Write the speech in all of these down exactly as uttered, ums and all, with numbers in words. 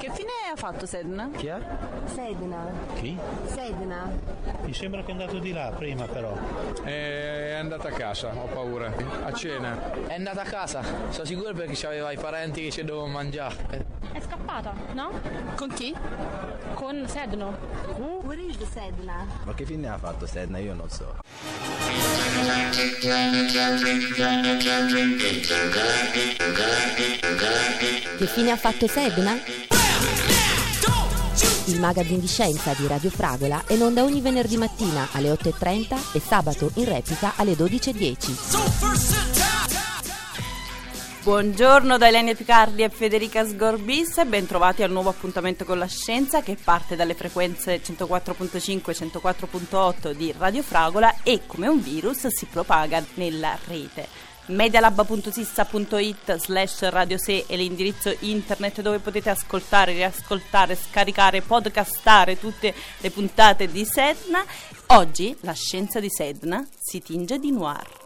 Che fine ha fatto Sedna? Chi è? Sedna. Chi? Sedna. Mi sembra che è andato di là prima però. È andata a casa, ho paura. A cena. È andata a casa, sono sicuro perché c'aveva i parenti che ci dovevano mangiare. È scappata, no? Con chi? Con Sedno. Where is the Sedna? Ma che fine ha fatto Sedna? Io non so. Che fine ha fatto Sedna? Il magazine di scienza di Radio Fragola è in onda ogni venerdì mattina alle otto e trenta e sabato in replica alle dodici e dieci. Buongiorno da Elenia Picardi e Federica Sgorbis e ben trovati al nuovo appuntamento con la scienza che parte dalle frequenze centoquattro virgola cinque e centoquattro virgola otto di Radio Fragola e come un virus si propaga nella rete. medialab.sissa.it slash radio se è l'indirizzo internet dove potete ascoltare, riascoltare, scaricare, podcastare tutte le puntate di Sedna. Oggi la scienza di Sedna si tinge di noir.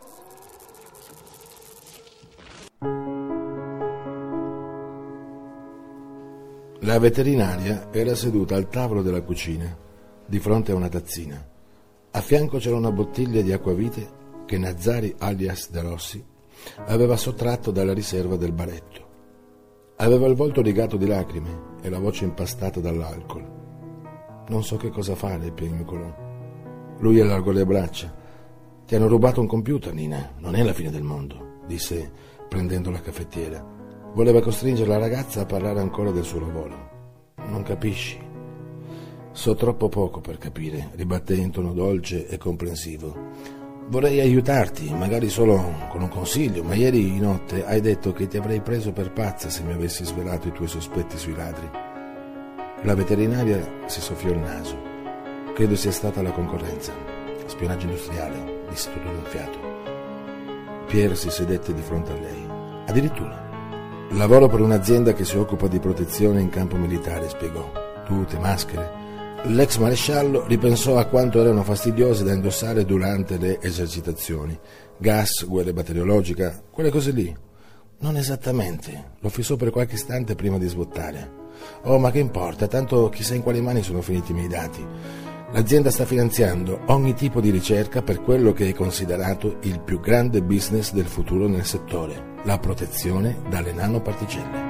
La veterinaria era seduta al tavolo della cucina, di fronte a una tazzina. A fianco c'era una bottiglia di acquavite che Nazzari alias De Rossi aveva sottratto dalla riserva del baretto. Aveva il volto rigato di lacrime e la voce impastata dall'alcol. Non so che cosa fare, piagnucolò. Lui allargò le braccia. Ti hanno rubato un computer, Nina. Non è la fine del mondo, disse prendendo la caffettiera. Voleva costringere la ragazza a parlare ancora del suo lavoro. Non capisci? So troppo poco per capire, ribatté in tono dolce e comprensivo. Vorrei aiutarti, magari solo con un consiglio, ma ieri di notte hai detto che ti avrei preso per pazza se mi avessi svelato i tuoi sospetti sui ladri. La veterinaria si soffiò il naso. Credo sia stata la concorrenza. Spionaggio industriale, disse tutto d'un fiato. Pierre si sedette di fronte a lei. Addirittura. Lavoro per un'azienda che si occupa di protezione in campo militare, spiegò. Tute, maschere. L'ex maresciallo ripensò a quanto erano fastidiose da indossare durante le esercitazioni. Gas, guerra batteriologica, quelle cose lì. Non esattamente. Lo fissò per qualche istante prima di sbottare. Oh, ma che importa, tanto chissà in quali mani sono finiti i miei dati. L'azienda sta finanziando ogni tipo di ricerca per quello che è considerato il più grande business del futuro nel settore, la protezione dalle nanoparticelle.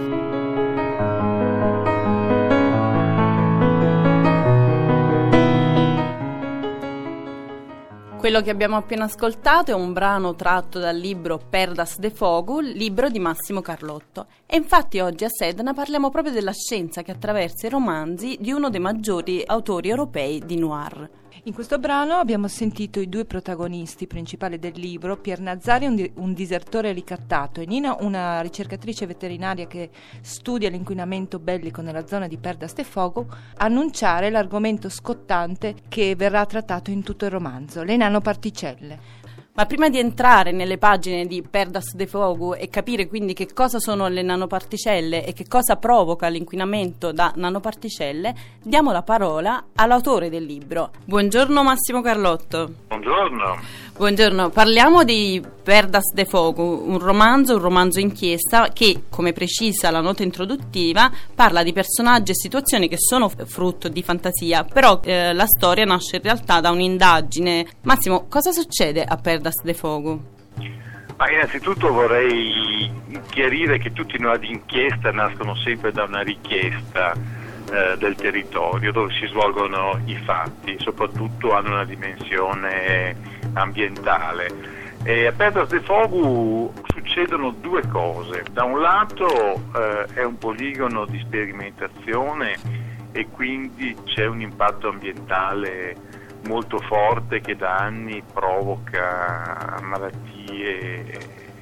Quello che abbiamo appena ascoltato è un brano tratto dal libro Perdas de Fogu, libro di Massimo Carlotto. E infatti oggi a Sedna parliamo proprio della scienza che attraversa i romanzi di uno dei maggiori autori europei di noir. In questo brano abbiamo sentito i due protagonisti principali del libro, Pierre Nazzari, un, di- un disertore ricattato, e Nina, una ricercatrice veterinaria che studia l'inquinamento bellico nella zona di Perdas de Fogu, annunciare l'argomento scottante che verrà trattato in tutto il romanzo, le nanoparticelle. Ma prima di entrare nelle pagine di Perdas de Fogu e capire quindi che cosa sono le nanoparticelle e che cosa provoca l'inquinamento da nanoparticelle, diamo la parola all'autore del libro. Buongiorno Massimo Carlotto. Buongiorno. Buongiorno, parliamo di Perdas de Fogu, un romanzo, un romanzo inchiesta che, come precisa la nota introduttiva, parla di personaggi e situazioni che sono frutto di fantasia, però eh, la storia nasce in realtà da un'indagine. Massimo, cosa succede a Perdas de Fogu? Ma innanzitutto vorrei chiarire che tutti i nodi di inchiesta nascono sempre da una richiesta eh, del territorio dove si svolgono i fatti, soprattutto hanno una dimensione ambientale. E a Perdas de Fogu succedono due cose. Da un lato eh, è un poligono di sperimentazione e quindi c'è un impatto ambientale molto forte che da anni provoca malattie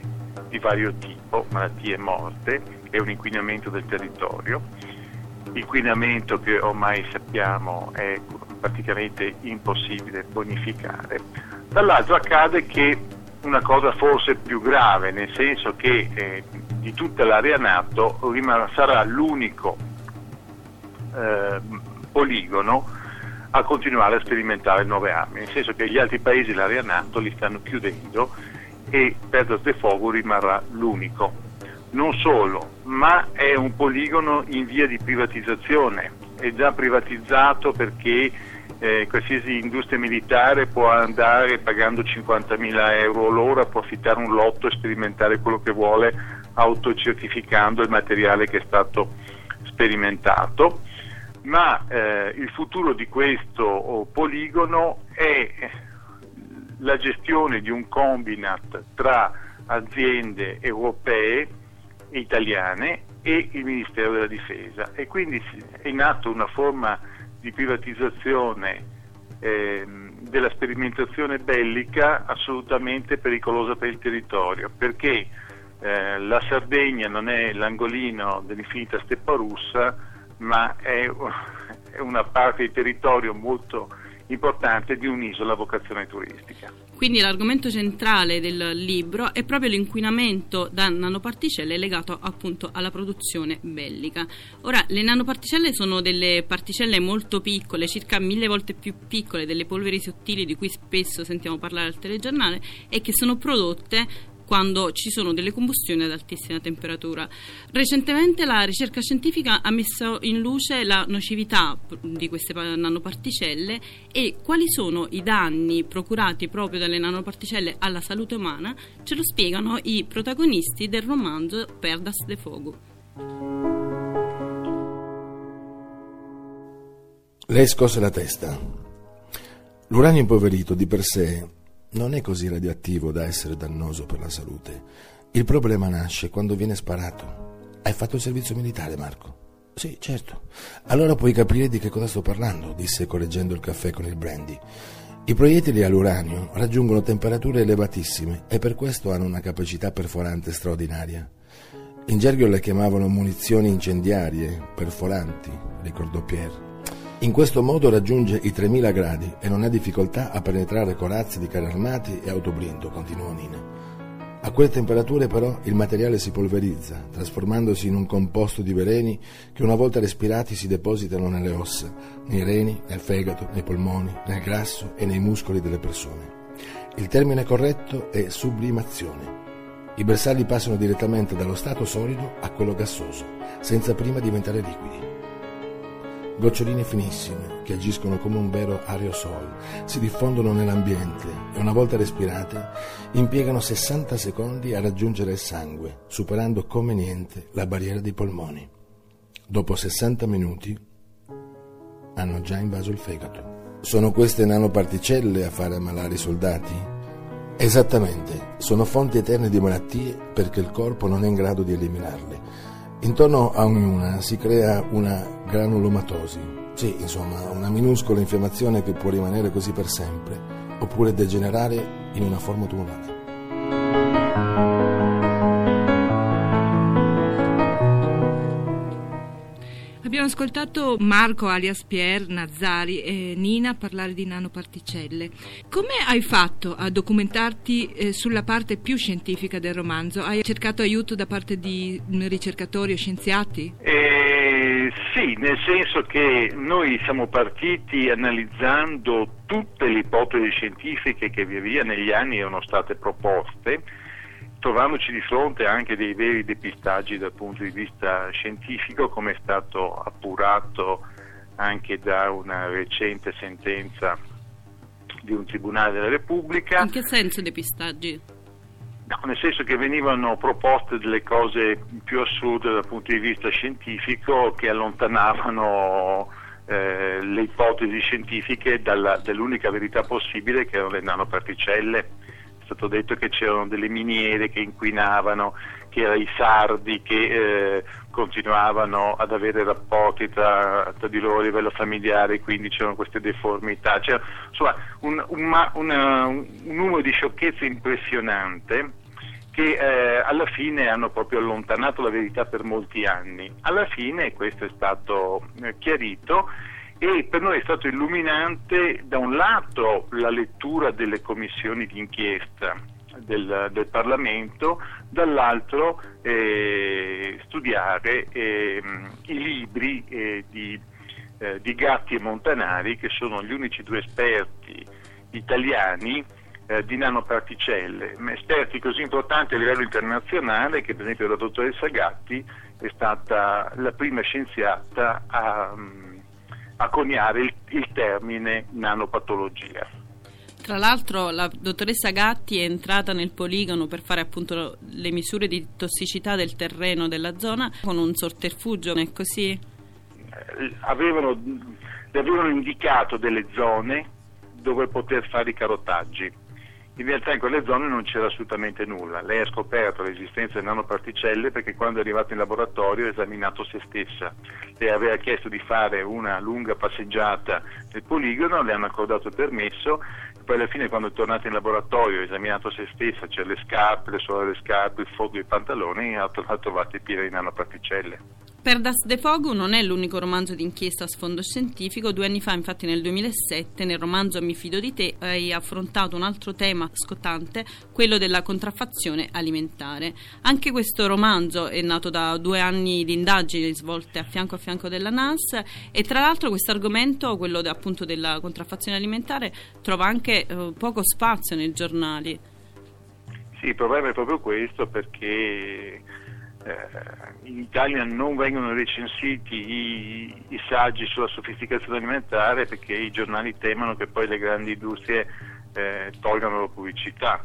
di vario tipo, malattie morte e un inquinamento del territorio. Inquinamento che ormai sappiamo è praticamente impossibile bonificare. Dall'altro accade che una cosa forse più grave, nel senso che eh, di tutta l'area NATO rimarrà, sarà l'unico eh, poligono a continuare a sperimentare nuove armi, nel senso che gli altri paesi dell'area NATO li stanno chiudendo e Perdas de Fogu rimarrà l'unico. Non solo, ma è un poligono in via di privatizzazione, è già privatizzato perché eh, qualsiasi industria militare può andare pagando cinquantamila euro l'ora, approfittare un lotto e sperimentare quello che vuole, autocertificando il materiale che è stato sperimentato. Ma eh, il futuro di questo poligono è la gestione di un combinat tra aziende europee e italiane e il Ministero della Difesa, e quindi è in atto una forma di privatizzazione eh, della sperimentazione bellica assolutamente pericolosa per il territorio, perché eh, la Sardegna non è l'angolino dell'infinita steppa russa, ma è, è una parte di territorio molto importante di un'isola a vocazione turistica. Quindi l'argomento centrale del libro è proprio l'inquinamento da nanoparticelle legato appunto alla produzione bellica. Ora, le nanoparticelle sono delle particelle molto piccole, circa mille volte più piccole delle polveri sottili di cui spesso sentiamo parlare al telegiornale, e che sono prodotte quando ci sono delle combustioni ad altissima temperatura. Recentemente la ricerca scientifica ha messo in luce la nocività di queste nanoparticelle e quali sono i danni procurati proprio dalle nanoparticelle alla salute umana. Ce lo spiegano i protagonisti del romanzo Perdas de Fogo. Lei scosse la testa. L'uranio impoverito di per sé non è così radioattivo da essere dannoso per la salute. Il problema nasce quando viene sparato. Hai fatto il servizio militare, Marco? Sì, certo. Allora puoi capire di che cosa sto parlando, disse correggendo il caffè con il brandy. I proiettili all'uranio raggiungono temperature elevatissime e per questo hanno una capacità perforante straordinaria. In gergo le chiamavano munizioni incendiarie, perforanti, ricordò Pierre. In questo modo raggiunge i tremila gradi e non ha difficoltà a penetrare corazze di carri armati e autoblindo, continuò Nina. A quelle temperature però il materiale si polverizza, trasformandosi in un composto di veleni che una volta respirati si depositano nelle ossa, nei reni, nel fegato, nei polmoni, nel grasso e nei muscoli delle persone. Il termine corretto è sublimazione. I bersagli passano direttamente dallo stato solido a quello gassoso, senza prima diventare liquidi. Goccioline finissime, che agiscono come un vero aerosol, si diffondono nell'ambiente e una volta respirate impiegano sessanta secondi a raggiungere il sangue, superando come niente la barriera dei polmoni. Dopo sessanta minuti hanno già invaso il fegato. Sono queste nanoparticelle a fare ammalare i soldati? Esattamente, sono fonti eterne di malattie perché il corpo non è in grado di eliminarle. Intorno a ognuna si crea una granulomatosi, sì, insomma, una minuscola infiammazione che può rimanere così per sempre, oppure degenerare in una forma tumorale. Abbiamo ascoltato Marco alias Pierre Nazzari e Nina parlare di nanoparticelle. Come hai fatto a documentarti eh, sulla parte più scientifica del romanzo? Hai cercato aiuto da parte di ricercatori o scienziati? Eh, sì, nel senso che noi siamo partiti analizzando tutte le ipotesi scientifiche che via via negli anni erano state proposte, trovandoci di fronte anche dei veri depistaggi dal punto di vista scientifico, come è stato appurato anche da una recente sentenza di un tribunale della Repubblica. In che senso depistaggi? No, nel senso che venivano proposte delle cose più assurde dal punto di vista scientifico, che allontanavano eh, le ipotesi scientifiche dalla, dall'unica verità possibile, che erano le nanoparticelle. È stato detto che c'erano delle miniere che inquinavano, che erano i sardi che eh, continuavano ad avere rapporti tra, tra di loro a livello familiare, quindi c'erano queste deformità. C'era insomma un, un, una, un numero di sciocchezze impressionante che eh, alla fine hanno proprio allontanato la verità per molti anni. Alla fine questo è stato eh, chiarito. E per noi è stato illuminante da un lato la lettura delle commissioni d'inchiesta del, del Parlamento, dall'altro eh, studiare eh, i libri eh, di, eh, di Gatti e Montanari, che sono gli unici due esperti italiani eh, di nanoparticelle, esperti così importanti a livello internazionale che per esempio la dottoressa Gatti è stata la prima scienziata a, a coniare il, il termine nanopatologia. Tra l'altro la dottoressa Gatti è entrata nel poligono per fare appunto le misure di tossicità del terreno della zona con un sotterfugio, non è così? Avevano, le avevano indicato delle zone dove poter fare i carotaggi. In realtà in quelle zone non c'era assolutamente nulla. Lei ha scoperto l'esistenza di nanoparticelle perché quando è arrivata in laboratorio ha esaminato se stessa. Lei aveva chiesto di fare una lunga passeggiata nel poligono, le hanno accordato il permesso, e poi alla fine quando è tornata in laboratorio ha esaminato se stessa, c'è le scarpe, le suole delle scarpe, il fondo dei pantaloni, e ha trovato piene di nanoparticelle. Perdas de Fogo non è l'unico romanzo d'inchiesta a sfondo scientifico. Due anni fa, infatti nel duemilasette, nel romanzo Mi fido di te, hai affrontato un altro tema scottante, quello della contraffazione alimentare. Anche questo romanzo è nato da due anni di indagini svolte a fianco a fianco della N A S, e tra l'altro questo argomento, quello de, appunto della contraffazione alimentare, trova anche eh, poco spazio nei giornali. Sì, il problema è proprio questo, perché Eh, in Italia non vengono recensiti i, i saggi sulla sofisticazione alimentare perché i giornali temono che poi le grandi industrie eh, tolgano la pubblicità,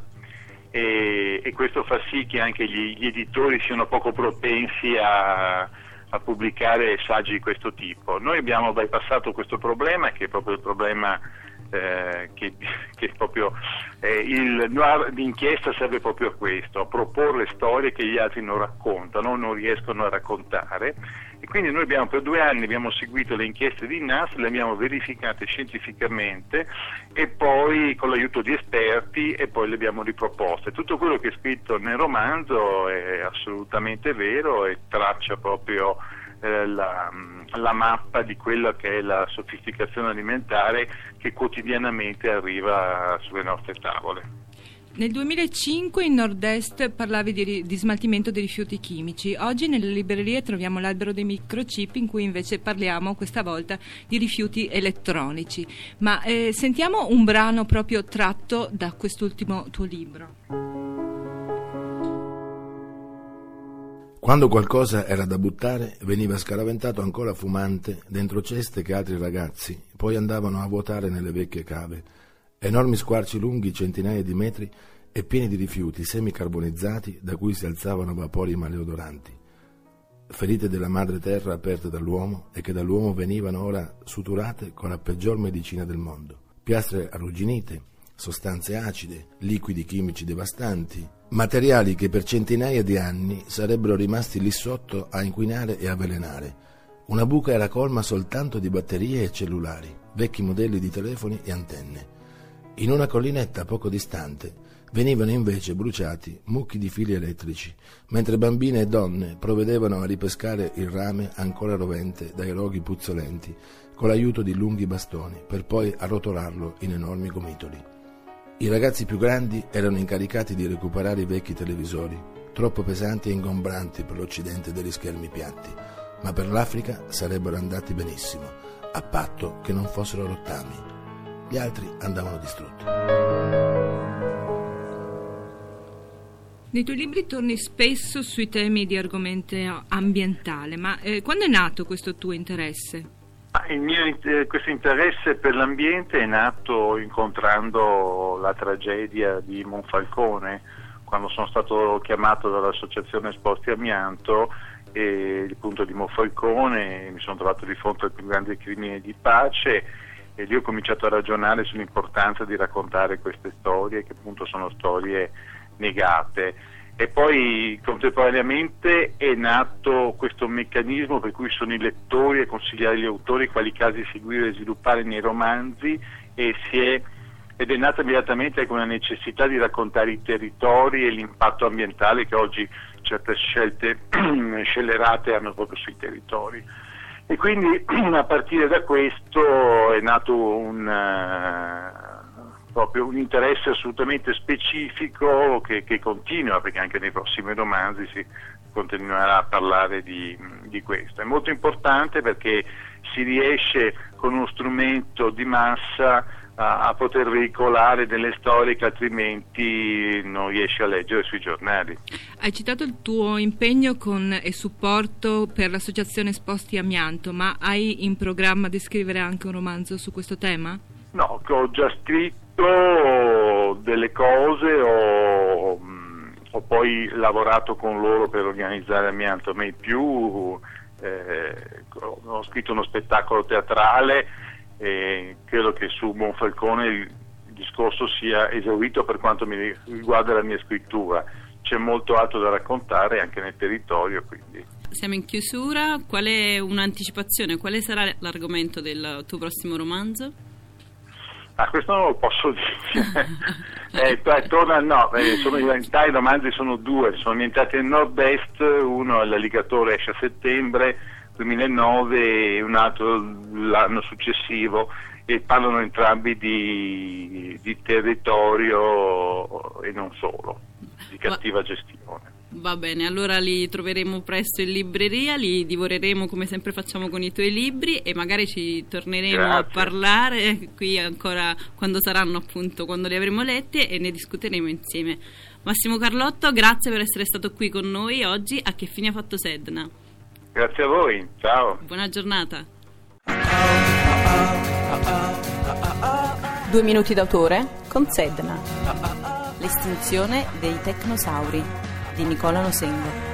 e, e questo fa sì che anche gli, gli editori siano poco propensi a, a pubblicare saggi di questo tipo. Noi abbiamo bypassato questo problema, che è proprio il problema Eh, che, che proprio eh, il noir d'inchiesta serve proprio a questo, a proporre storie che gli altri non raccontano, non riescono a raccontare, e quindi noi abbiamo per due anni abbiamo seguito le inchieste di N A S, le abbiamo verificate scientificamente e poi con l'aiuto di esperti, e poi le abbiamo riproposte. Tutto quello che è scritto nel romanzo è assolutamente vero e traccia proprio La, la mappa di quella che è la sofisticazione alimentare che quotidianamente arriva sulle nostre tavole. Nel duemilacinque in Nord-Est parlavi di, di smaltimento dei rifiuti chimici. Oggi nelle librerie troviamo l'albero dei microchip, in cui invece parliamo questa volta di rifiuti elettronici. Ma eh, sentiamo un brano proprio tratto da quest'ultimo tuo libro. Quando qualcosa era da buttare, veniva scaraventato ancora fumante dentro ceste che altri ragazzi poi andavano a vuotare nelle vecchie cave. Enormi squarci lunghi centinaia di metri e pieni di rifiuti semicarbonizzati da cui si alzavano vapori maleodoranti. Ferite della madre terra aperte dall'uomo e che dall'uomo venivano ora suturate con la peggior medicina del mondo. Piastre arrugginite, sostanze acide, liquidi chimici devastanti, materiali che per centinaia di anni sarebbero rimasti lì sotto a inquinare e avvelenare. Una buca era colma soltanto di batterie e cellulari, vecchi modelli di telefoni e antenne. In una collinetta poco distante venivano invece bruciati mucchi di fili elettrici, mentre bambine e donne provvedevano a ripescare il rame ancora rovente dai roghi puzzolenti con l'aiuto di lunghi bastoni, per poi arrotolarlo in enormi gomitoli. I ragazzi più grandi erano incaricati di recuperare i vecchi televisori, troppo pesanti e ingombranti per l'Occidente degli schermi piatti, ma per l'Africa sarebbero andati benissimo, a patto che non fossero rottami. Gli altri andavano distrutti. Nei tuoi libri torni spesso sui temi di argomento ambientale, ma eh, quando è nato questo tuo interesse? Il mio, eh, questo interesse per l'ambiente è nato incontrando la tragedia di Monfalcone, quando sono stato chiamato dall'associazione Esposti Amianto, e il punto di Monfalcone mi sono trovato di fronte al più grande crimine di pace, e lì ho cominciato a ragionare sull'importanza di raccontare queste storie, che appunto sono storie negate. E poi contemporaneamente è nato questo meccanismo per cui sono i lettori a consigliare agli autori quali casi seguire e sviluppare nei romanzi, e si è, ed è nata immediatamente con la necessità di raccontare i territori e l'impatto ambientale che oggi certe scelte scellerate hanno proprio sui territori. E quindi a partire da questo è nato un... Uh, proprio un interesse assolutamente specifico che, che continua, perché anche nei prossimi romanzi si continuerà a parlare di, di questo. È molto importante perché si riesce con uno strumento di massa a, a poter veicolare delle storie che altrimenti non riesci a leggere sui giornali. Hai citato il tuo impegno con e supporto per l'associazione Esposti Amianto, ma hai in programma di scrivere anche un romanzo su questo tema? No, ho già scritto delle cose, ho, ho poi lavorato con loro per organizzare Amianto Mai Più, eh, ho scritto uno spettacolo teatrale e credo che su Monfalcone il discorso sia esaurito per quanto mi riguarda la mia scrittura. C'è molto altro da raccontare anche nel territorio, quindi. Siamo in chiusura, qual è un'anticipazione? Quale sarà l'argomento del tuo prossimo romanzo? Ah, questo non lo posso dire. eh, torna, no, eh, sono in realtà i romanzi sono due, sono ambientati nel nord-est, uno è l'Alligatore, esce a settembre duemilanove e un altro l'anno successivo, e parlano entrambi di, di territorio e non solo, di cattiva gestione. Va bene, allora li troveremo presto in libreria, li divoreremo come sempre facciamo con i tuoi libri e magari ci torneremo Grazie. a parlare qui ancora quando saranno, appunto, quando li avremo letti, e ne discuteremo insieme. Massimo Carlotto, grazie per essere stato qui con noi oggi a Che fine ha fatto Sedna. Grazie a voi, ciao. Buona giornata. Due minuti d'autore con Sedna. L'estinzione dei tecnosauri di Nicola Nosengo.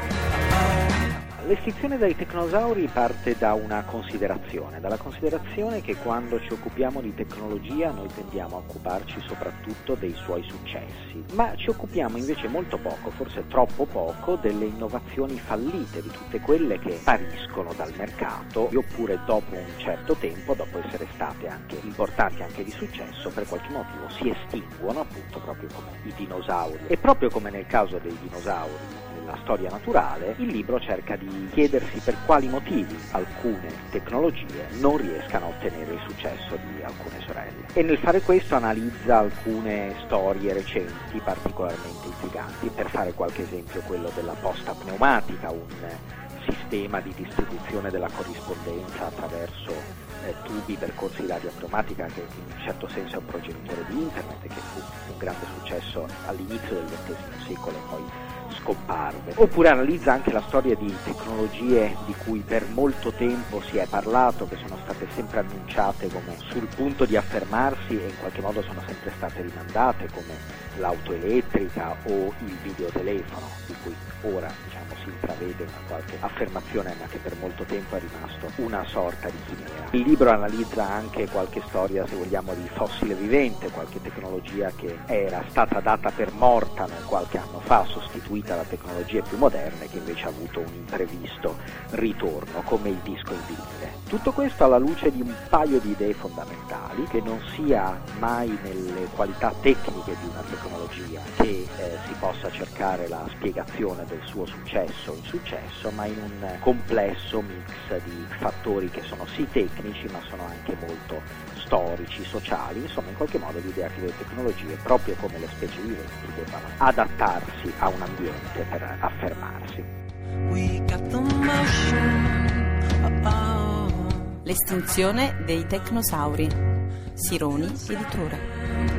L'estinzione dei tecnosauri parte da una considerazione, dalla considerazione che quando ci occupiamo di tecnologia noi tendiamo a occuparci soprattutto dei suoi successi, ma ci occupiamo invece molto poco, forse troppo poco, delle innovazioni fallite, di tutte quelle che spariscono dal mercato oppure dopo un certo tempo, dopo essere state anche importanti, anche di successo, per qualche motivo si estinguono, appunto proprio come i dinosauri. E proprio come nel caso dei dinosauri nella storia naturale, il libro cerca di chiedersi per quali motivi alcune tecnologie non riescano a ottenere il successo di alcune sorelle. E nel fare questo analizza alcune storie recenti particolarmente intriganti. Per fare qualche esempio, quello della posta pneumatica, un sistema di distribuzione della corrispondenza attraverso eh, tubi, percorsi d'aria pneumatica, che in un certo senso è un progenitore di internet e che fu un grande successo all'inizio del ventesimo secolo e poi scomparve. Oppure analizza anche la storia di tecnologie di cui per molto tempo si è parlato, che sono state sempre annunciate come sul punto di affermarsi e in qualche modo sono sempre state rimandate, come l'auto elettrica o il videotelefono, di cui ora diciamo si intravede una qualche affermazione, ma che per molto tempo è rimasto una sorta di chimera. Il libro analizza anche qualche storia, se vogliamo, di fossile vivente, qualche tecnologia che era stata data per morta non qualche anno fa, sostituita da tecnologie più moderne, che invece ha avuto un imprevisto ritorno, come il disco in vinile. Tutto questo alla luce di un paio di idee fondamentali: che non sia mai nelle qualità tecniche di una tecnologia che eh, si possa cercare la spiegazione del suo successo o insuccesso, ma in un complesso mix di fattori che sono sì tecnici ma sono anche molto storici, sociali. Insomma, in qualche modo l'idea che le tecnologie, proprio come le specie viventi, debbano adattarsi a un ambiente per affermarsi. L'estinzione dei tecnosauri. Sironi Editore.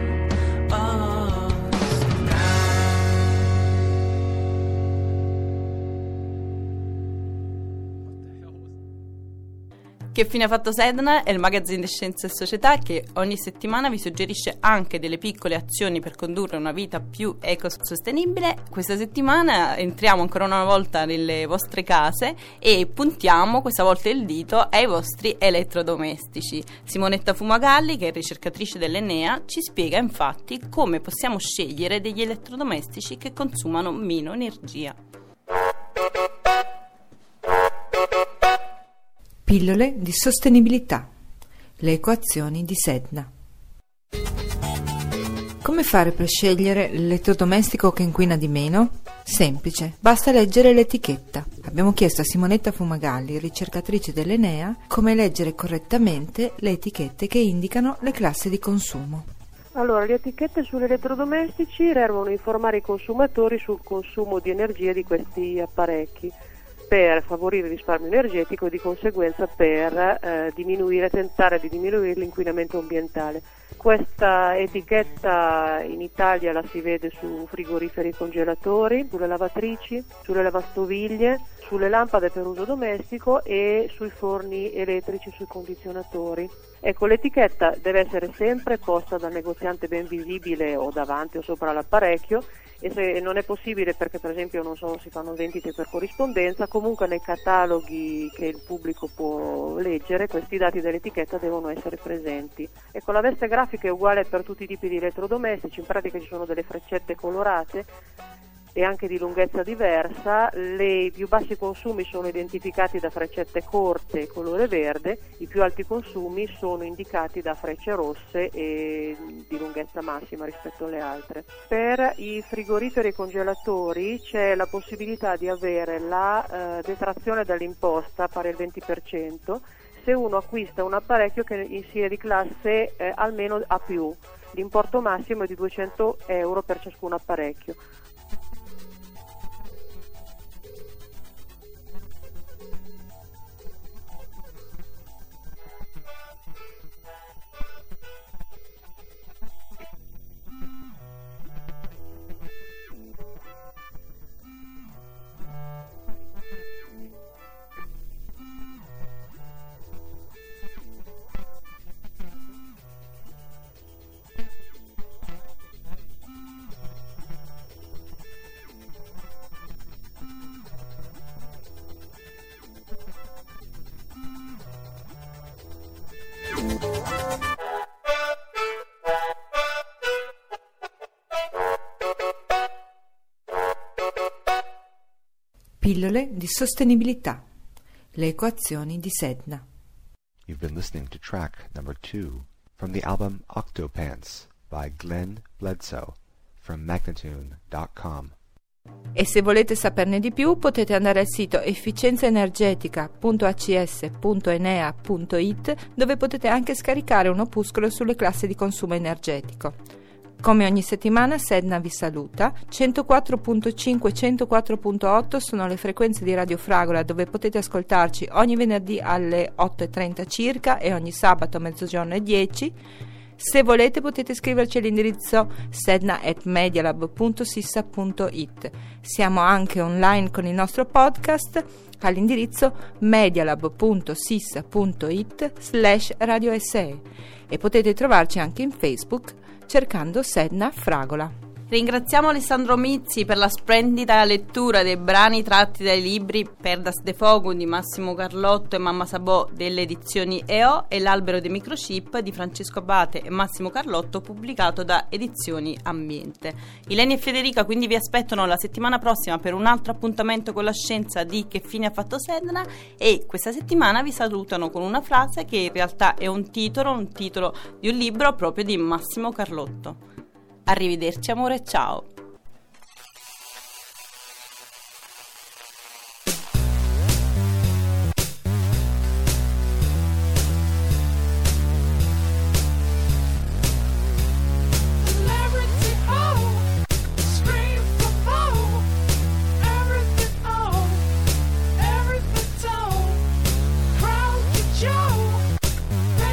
Che fine ha fatto Sedna è il magazine di Scienza e Società che ogni settimana vi suggerisce anche delle piccole azioni per condurre una vita più ecosostenibile. Questa settimana entriamo ancora una volta nelle vostre case e puntiamo questa volta il dito ai vostri elettrodomestici. Simonetta Fumagalli, che è ricercatrice dell'Enea, ci spiega infatti come possiamo scegliere degli elettrodomestici che consumano meno energia. Pillole di sostenibilità. Le equazioni di Sedna. Come fare per scegliere l'elettrodomestico che inquina di meno? Semplice, basta leggere l'etichetta. Abbiamo chiesto a Simonetta Fumagalli, ricercatrice dell'Enea, come leggere correttamente le etichette che indicano le classi di consumo. Allora, le etichette sugli elettrodomestici servono a informare i consumatori sul consumo di energia di questi apparecchi, per favorire il risparmio energetico e di conseguenza per eh, diminuire, tentare di diminuire l'inquinamento ambientale. Questa etichetta in Italia la si vede su frigoriferi e congelatori, sulle lavatrici, sulle lavastoviglie, sulle lampade per uso domestico e sui forni elettrici, sui condizionatori. Ecco, l'etichetta deve essere sempre posta dal negoziante ben visibile o davanti o sopra l'apparecchio, e se non è possibile, perché per esempio non so, si fanno vendite per corrispondenza, comunque nei cataloghi che il pubblico può leggere questi dati dell'etichetta devono essere presenti. Ecco, la veste grafica è uguale per tutti i tipi di elettrodomestici, in pratica ci sono delle freccette colorate e anche di lunghezza diversa. Le, I più bassi consumi sono identificati da freccette corte colore verde, i più alti consumi sono indicati da frecce rosse e di lunghezza massima rispetto alle altre. Per i frigoriferi e congelatori c'è la possibilità di avere la eh, detrazione dall'imposta pari al venti per cento se uno acquista un apparecchio che sia di classe eh, almeno A più. L'importo massimo è di duecento euro per ciascun apparecchio. Pillole di sostenibilità. Le equazioni di Sedna. You've been listening to track number two from the album Octopants by Glenn Bledsoe from magnatune dot com. E se volete saperne di più potete andare al sito efficienzaenergetica punto a c s punto enea punto i t, dove potete anche scaricare un opuscolo sulle classi di consumo energetico. Come ogni settimana Sedna vi saluta. centoquattro virgola cinque e centoquattro virgola otto sono le frequenze di Radio Fragola, dove potete ascoltarci ogni venerdì alle otto e trenta circa e ogni sabato a mezzogiorno e dieci. Se volete potete scriverci all'indirizzo sedna at medialab punto sissa punto i t. Siamo anche online con il nostro podcast all'indirizzo medialab punto sissa punto i t slash radio s e e potete trovarci anche in Facebook cercando Sedna Fragola. Ringraziamo Alessandro Mizzi per la splendida lettura dei brani tratti dai libri Perdas de Fogu di Massimo Carlotto e Mamma Sabò delle edizioni E O e L'Albero dei Microchip di Francesco Abate e Massimo Carlotto, pubblicato da Edizioni Ambiente. Ilenia e Federica quindi vi aspettano la settimana prossima per un altro appuntamento con la scienza di Che fine ha fatto Sedna, e questa settimana vi salutano con una frase che in realtà è un titolo, un titolo di un libro proprio di Massimo Carlotto. Arrivederci amore, ciao!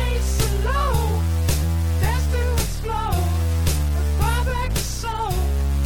Soul.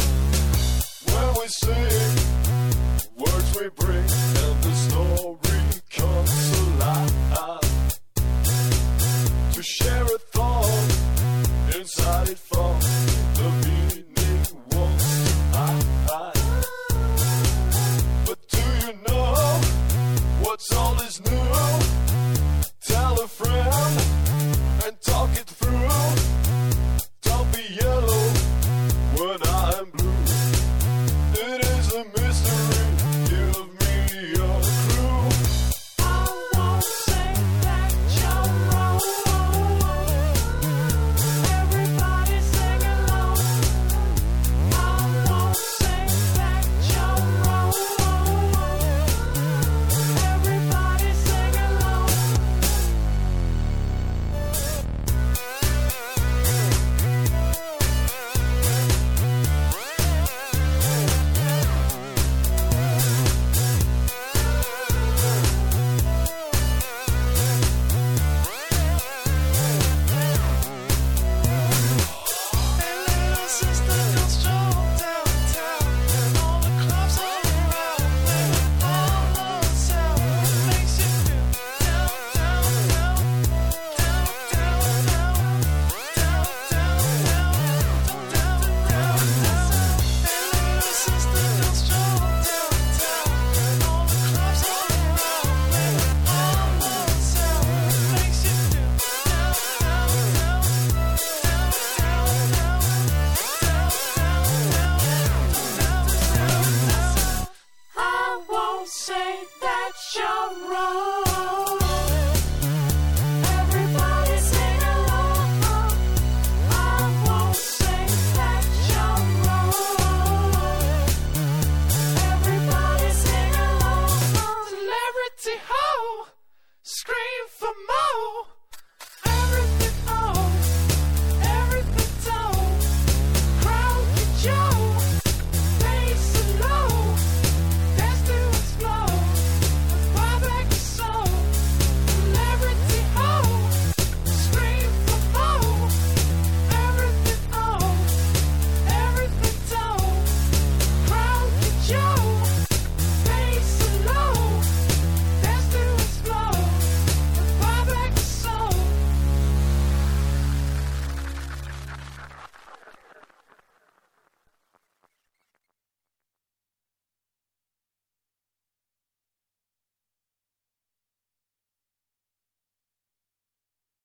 say that's your role.